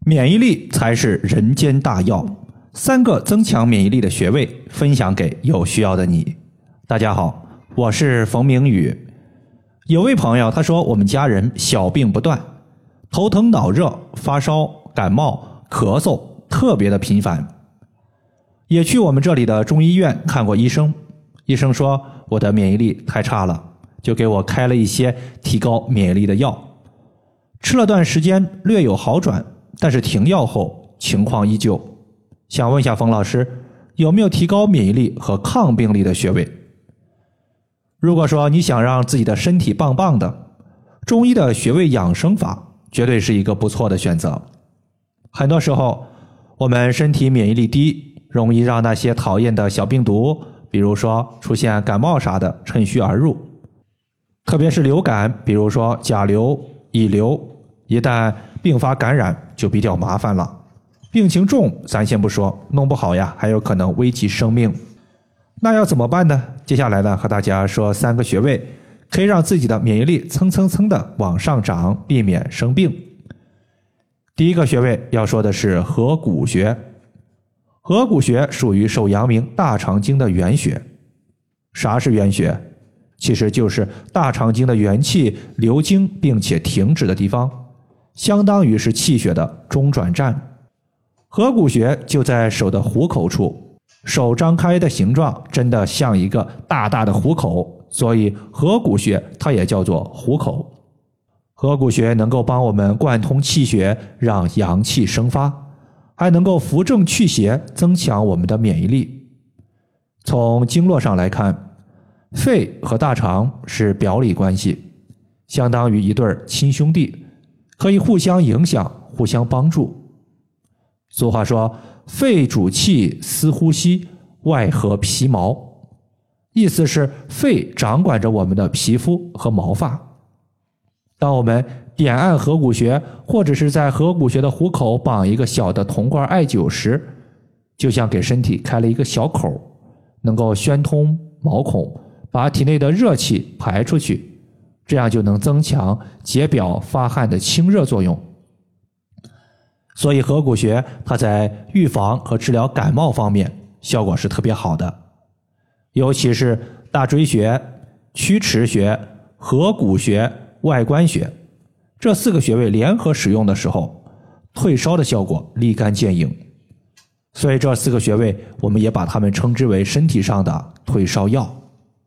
免疫力才是人间大药，3个增强免疫力的穴位分享给有需要的你。大家好，我是冯明宇。有位朋友他说，我们家人小病不断，头疼脑热、发烧、感冒、咳嗽特别的频繁，也去我们这里的中医院看过医生，医生说我的免疫力太差了，就给我开了一些提高免疫力的药，吃了段时间略有好转，但是停药后情况依旧。想问一下冯老师，有没有提高免疫力和抗病力的穴位？如果说你想让自己的身体棒棒的，中医的穴位养生法绝对是一个不错的选择。很多时候我们身体免疫力低，容易让那些讨厌的小病毒，比如说出现感冒啥的趁虚而入，特别是流感，比如说甲流、乙流，一旦并发感染就比较麻烦了。病情重咱先不说，弄不好呀还有可能危及生命。那要怎么办呢？接下来呢，和大家说3个穴位可以让自己的免疫力蹭蹭蹭的往上涨，避免生病。第一个穴位要说的是合谷穴。合谷穴属于手阳明大肠经的原穴。啥是原穴？其实就是大肠经的元气流经并且停止的地方，相当于是气血的中转站。合谷穴就在手的虎口处，手张开的形状真的像一个大大的虎口，所以合谷穴它也叫做虎口。合谷穴能够帮我们贯通气血，让阳气生发，还能够扶正祛邪，增强我们的免疫力。从经络上来看，肺和大肠是表里关系，相当于一对亲兄弟，可以互相影响，互相帮助。俗话说，肺主气，司呼吸，外合皮毛，意思是肺掌管着我们的皮肤和毛发。当我们点按合谷穴，或者是在合谷穴的虎口绑一个小的铜罐艾灸时，就像给身体开了一个小口，能够宣通毛孔，把体内的热气排出去，这样就能增强解表发汗的清热作用。所以合谷穴它在预防和治疗感冒方面效果是特别好的。尤其是大椎穴、曲池穴、合谷穴、外关穴这4个穴位联合使用的时候，退烧的效果立竿见影。所以这4个穴位我们也把它们称之为身体上的退烧药。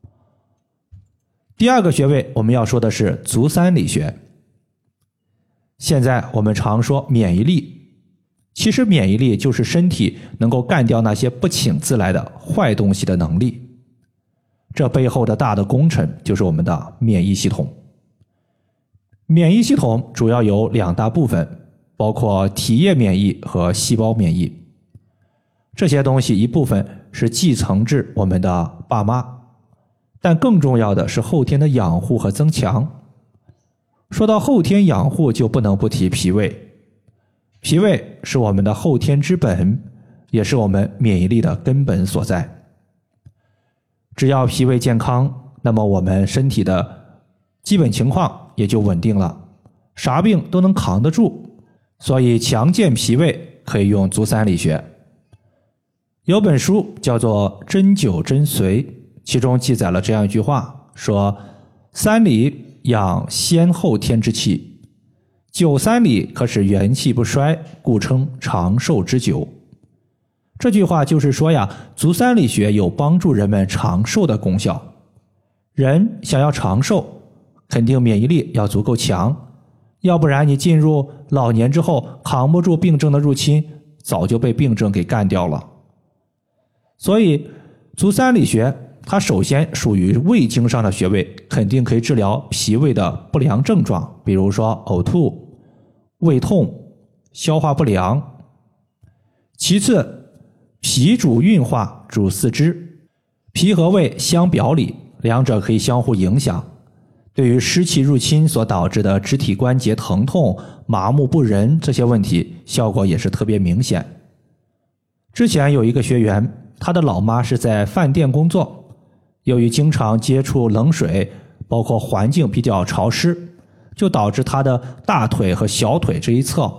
第2个穴位我们要说的是足三里穴。现在我们常说免疫力，其实免疫力就是身体能够干掉那些不请自来的坏东西的能力。这背后的大的功臣就是我们的免疫系统。免疫系统主要有2大部分，包括体液免疫和细胞免疫。这些东西一部分是继承至我们的爸妈，但更重要的是后天的养护和增强。说到后天养护，就不能不提脾胃。脾胃是我们的后天之本，也是我们免疫力的根本所在。只要脾胃健康，那么我们身体的基本情况也就稳定了，啥病都能扛得住。所以强健脾胃可以用足三里穴。有本书叫做《针灸真髓》，其中记载了这样一句话，说三里养先后天之气，灸三里可使元气不衰，故称长寿之灸。这句话就是说呀，足三里穴有帮助人们长寿的功效。人想要长寿，肯定免疫力要足够强，要不然你进入老年之后扛不住病症的入侵，早就被病症给干掉了。所以足三里穴它首先属于胃经上的穴位，肯定可以治疗脾胃的不良症状，比如说呕吐、胃痛、消化不良。其次，脾主运化，主四肢，脾和胃相表里，两者可以相互影响。对于湿气入侵所导致的肢体关节疼痛、麻木不仁这些问题，效果也是特别明显。之前有一个学员，他的老妈是在饭店工作，由于经常接触冷水，包括环境比较潮湿，就导致他的大腿和小腿这一侧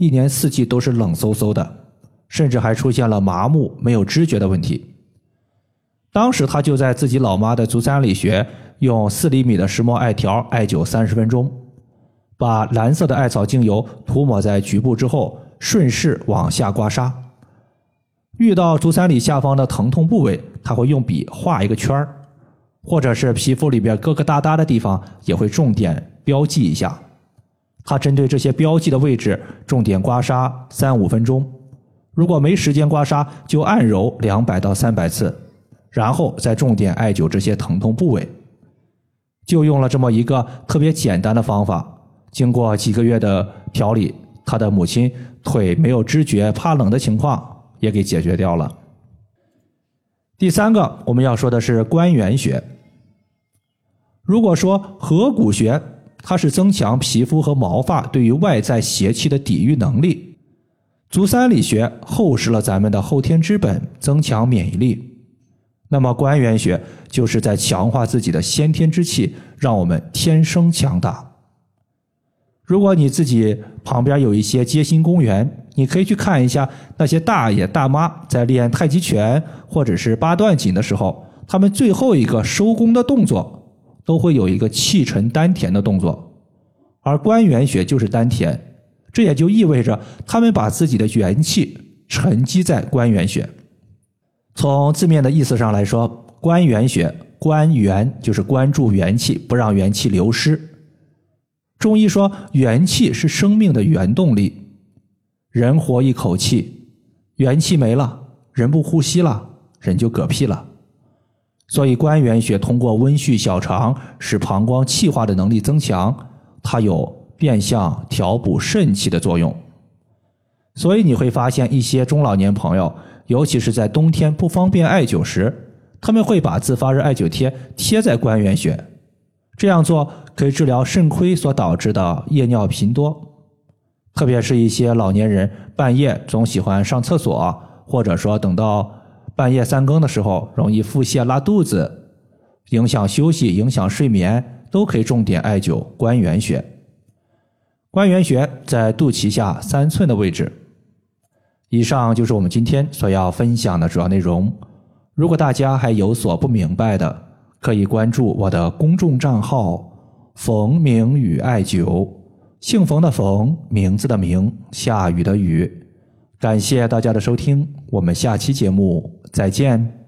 一年四季都是冷飕飕的，甚至还出现了麻木没有知觉的问题。当时他就在自己老妈的足三里穴用4厘米的石墨艾条艾灸30分钟，把蓝色的艾草精油涂抹在局部之后，顺势往下刮痧。遇到足三里下方的疼痛部位，他会用笔画一个圈，或者是皮肤里边疙疙瘩瘩的地方也会重点标记一下。他针对这些标记的位置重点刮痧3-5分钟，如果没时间刮痧就按揉200到300次，然后再重点艾灸这些疼痛部位。就用了这么一个特别简单的方法，经过几个月的调理，他的母亲腿没有知觉怕冷的情况也给解决掉了。第3个我们要说的是关元穴。如果说合谷穴它是增强皮肤和毛发对于外在邪气的抵御能力，足三里穴厚实了咱们的后天之本，增强免疫力，那么关元穴就是在强化自己的先天之气，让我们天生强大。如果你自己旁边有一些街心公园，你可以去看一下那些大爷大妈在练太极拳或者是八段锦的时候，他们最后一个收功的动作都会有一个气沉丹田的动作，而关元穴就是丹田，这也就意味着他们把自己的元气沉积在关元穴。从字面的意思上来说，关元穴，关元就是关注元气，不让元气流失。中医说元气是生命的原动力，人活一口气，元气没了，人不呼吸了，人就嗝屁了。所以关元穴通过温煦小肠，使膀胱气化的能力增强，它有变相调补肾气的作用。所以你会发现一些中老年朋友，尤其是在冬天不方便艾灸时，他们会把自发热艾灸贴贴在关元穴，这样做可以治疗肾亏所导致的夜尿频多。特别是一些老年人半夜总喜欢上厕所，或者说等到半夜3更的时候容易腹泻拉肚子，影响休息影响睡眠，都可以重点艾灸关元穴。关元穴在肚脐下3寸的位置。以上就是我们今天所要分享的主要内容。如果大家还有所不明白的，可以关注我的公众账号冯明宇艾灸，姓冯的冯，名字的名，下雨的雨。感谢大家的收听，我们下期节目再见。